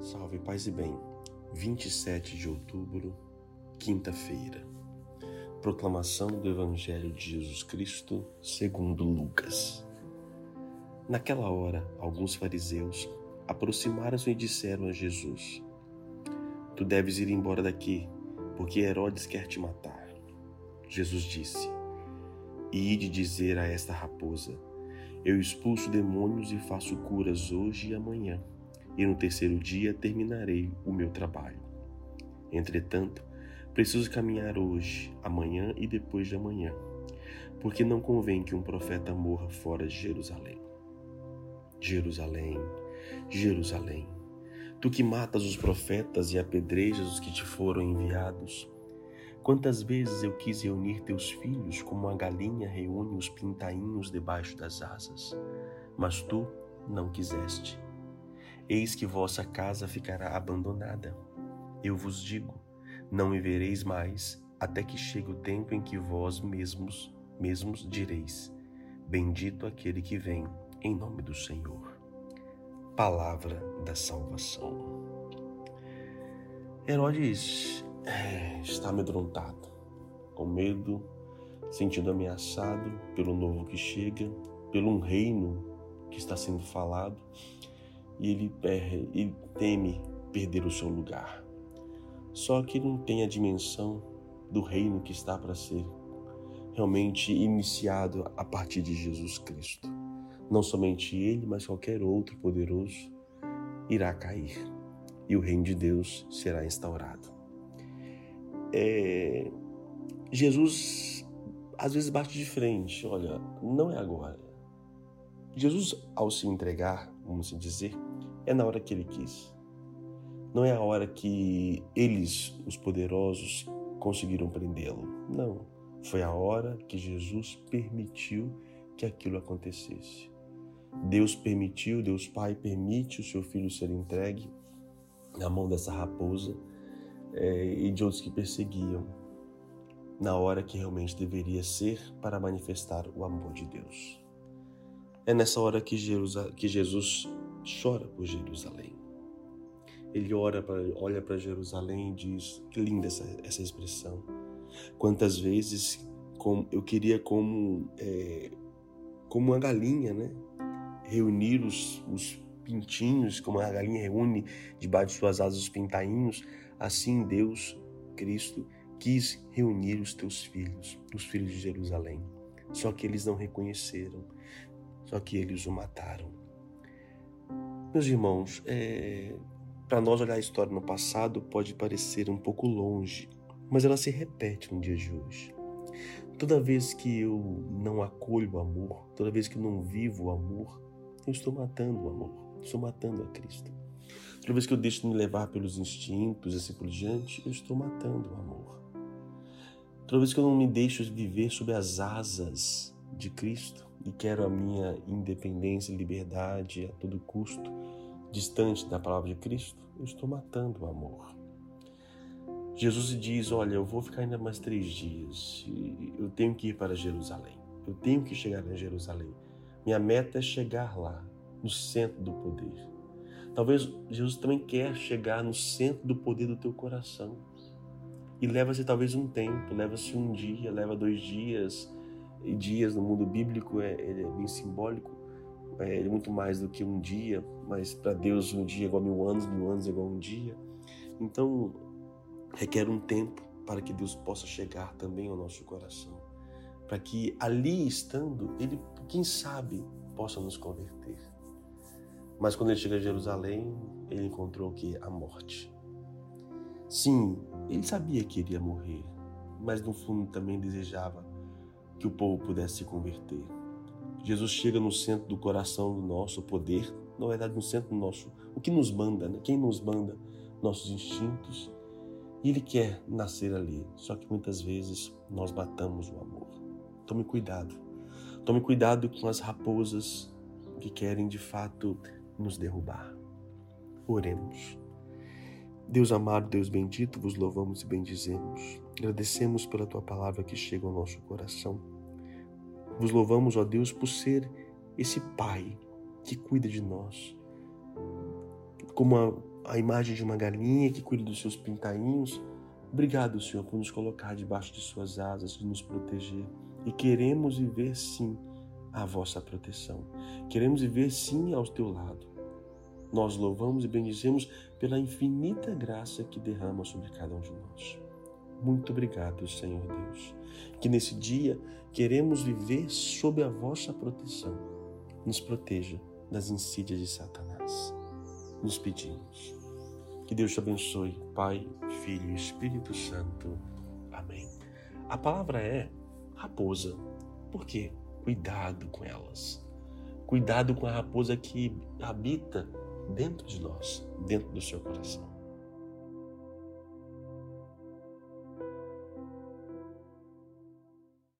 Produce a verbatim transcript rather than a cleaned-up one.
Salve, paz e bem. vinte e sete de outubro, quinta-feira. Proclamação do Evangelho de Jesus Cristo segundo Lucas. Naquela hora, alguns fariseus aproximaram-se e disseram a Jesus: Tu deves ir embora daqui, porque Herodes quer te matar. Jesus disse: Ide dizer a esta raposa: Eu expulso demônios e faço curas hoje e amanhã, e no terceiro dia terminarei o meu trabalho. Entretanto, preciso caminhar hoje, amanhã e depois de amanhã, porque não convém que um profeta morra fora de Jerusalém. Jerusalém, Jerusalém, tu que matas os profetas e apedrejas os que te foram enviados, quantas vezes eu quis reunir teus filhos como a galinha reúne os pintainhos debaixo das asas, mas tu não quiseste. Eis que vossa casa ficará abandonada. Eu vos digo, não me vereis mais, até que chegue o tempo em que vós mesmos, mesmos direis: Bendito aquele que vem em nome do Senhor. Palavra da salvação. Herodes é, está amedrontado, com medo, sentindo ameaçado pelo novo que chega, pelo um reino que está sendo falado, e ele, ele teme perder o seu lugar. Só que ele não tem a dimensão do reino que está para ser realmente iniciado a partir de Jesus Cristo. Não somente ele, mas qualquer outro poderoso irá cair e o reino de Deus será instaurado. É... Jesus às vezes bate de frente: olha, não é agora. Jesus, ao se entregar, vamos dizer, é na hora que ele quis. Não é a hora que eles, os poderosos, conseguiram prendê-lo. Não. Foi a hora que Jesus permitiu que aquilo acontecesse. Deus permitiu, Deus Pai permite o seu filho ser entregue na mão dessa raposa é, e de outros que perseguiam, na hora que realmente deveria ser para manifestar o amor de Deus. É nessa hora que Jesus, que Jesus chora por Jerusalém. Ele ora pra, olha para Jerusalém e diz: que linda essa, essa expressão. Quantas vezes com, eu queria como, é, como uma galinha, né? reunir os, os pintinhos, como a galinha reúne debaixo de suas asas os pintainhos, assim Deus, Cristo, quis reunir os teus filhos, os filhos de Jerusalém. Só que eles não reconheceram, só que eles o mataram. Meus irmãos, é, para nós olhar a história no passado pode parecer um pouco longe, mas ela se repete no dia de hoje. Toda vez que eu não acolho o amor, toda vez que eu não vivo o amor, eu estou matando o amor, estou matando a Cristo. Toda vez que eu deixo de me levar pelos instintos e assim por diante, eu estou matando o amor. Toda vez que eu não me deixo viver sob as asas de Cristo e quero a minha independência e liberdade a todo custo, distante da palavra de Cristo, eu estou matando o amor. Jesus diz: olha, eu vou ficar ainda mais três dias, e eu tenho que ir para Jerusalém, eu tenho que chegar em Jerusalém. Minha meta é chegar lá, no centro do poder. Talvez Jesus também quer chegar no centro do poder do teu coração. E leva-se talvez um tempo, leva-se um dia, leva dois dias. E dias no mundo bíblico é, é bem simbólico, é, é muito mais do que um dia, mas para Deus um dia é igual a mil anos, mil anos é igual a um dia. Então requer um tempo para que Deus possa chegar também ao nosso coração, para que ali estando, Ele, quem sabe, possa nos converter. Mas quando ele chega a Jerusalém, ele encontrou o que? A morte. Sim, ele sabia que iria morrer, mas no fundo também desejava que o povo pudesse se converter. Jesus chega no centro do coração do nosso poder, na verdade no centro do nosso, o que nos manda, né? Quem nos manda? Nossos instintos. E Ele quer nascer ali, só que muitas vezes nós matamos o amor. Tome cuidado. Tome cuidado com as raposas que querem de fato nos derrubar. Oremos. Deus amado, Deus bendito, vos louvamos e bendizemos. Agradecemos pela tua palavra que chega ao nosso coração. Vos louvamos, ó Deus, por ser esse Pai que cuida de nós, como a a imagem de uma galinha que cuida dos seus pintainhos. Obrigado, Senhor, por nos colocar debaixo de suas asas e nos proteger. E queremos viver, sim, a vossa proteção. Queremos viver, sim, ao teu lado. Nós louvamos e bendizemos pela infinita graça que derrama sobre cada um de nós. Muito obrigado, Senhor Deus, que nesse dia queremos viver sob a vossa proteção. Nos proteja das insídias de Satanás. Nos pedimos. Que Deus te abençoe, Pai, Filho e Espírito Santo. Amém. A palavra é raposa. Por quê? Cuidado com elas. Cuidado com a raposa que habita dentro de nós, dentro do seu coração.